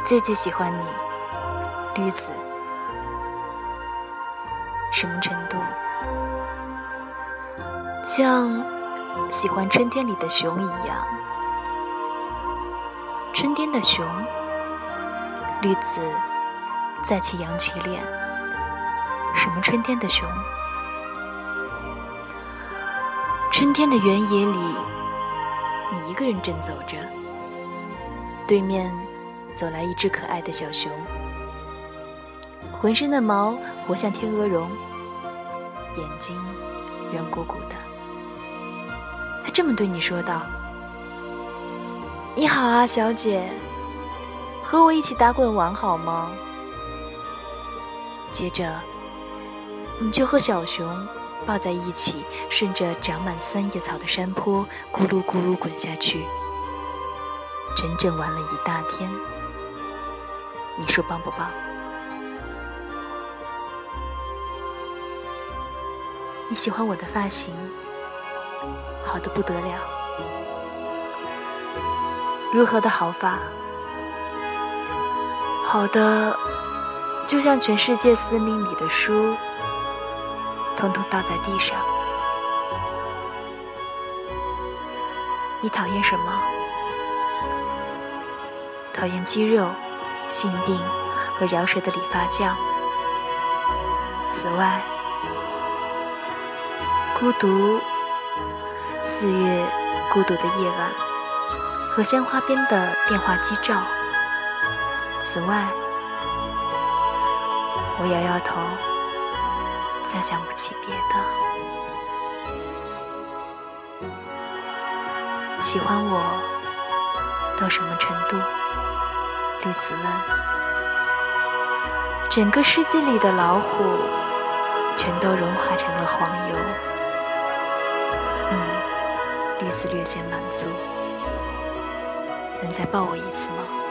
最喜欢你，绿子。什么程度？像喜欢春天里的熊一样。春天的熊，绿子在其扬起脸。什么春天的熊？春天的原野里，你一个人正走着，对面走来一只可爱的小熊，浑身的毛活像天鹅绒，眼睛圆鼓鼓的。他这么对你说道：你好啊，小姐，和我一起打滚玩好吗？接着你就和小熊抱在一起，顺着长满三叶草的山坡咕噜咕噜滚下去，整整玩了一大天。你说棒不棒？你喜欢我的发型，好得不得了。如何的好法？好的就像全世界撕命里的书统统倒在地上。你讨厌什么？讨厌肌肉、性病和饶舌的理发匠。此外，孤独，4月孤独的夜晚和鲜花边的电话机照。此外，我摇摇头，再想不起别的。喜欢我到什么程度？绿子问。整个世界里的老虎全都融化成了黄油。绿子略显满足。能再抱我一次吗？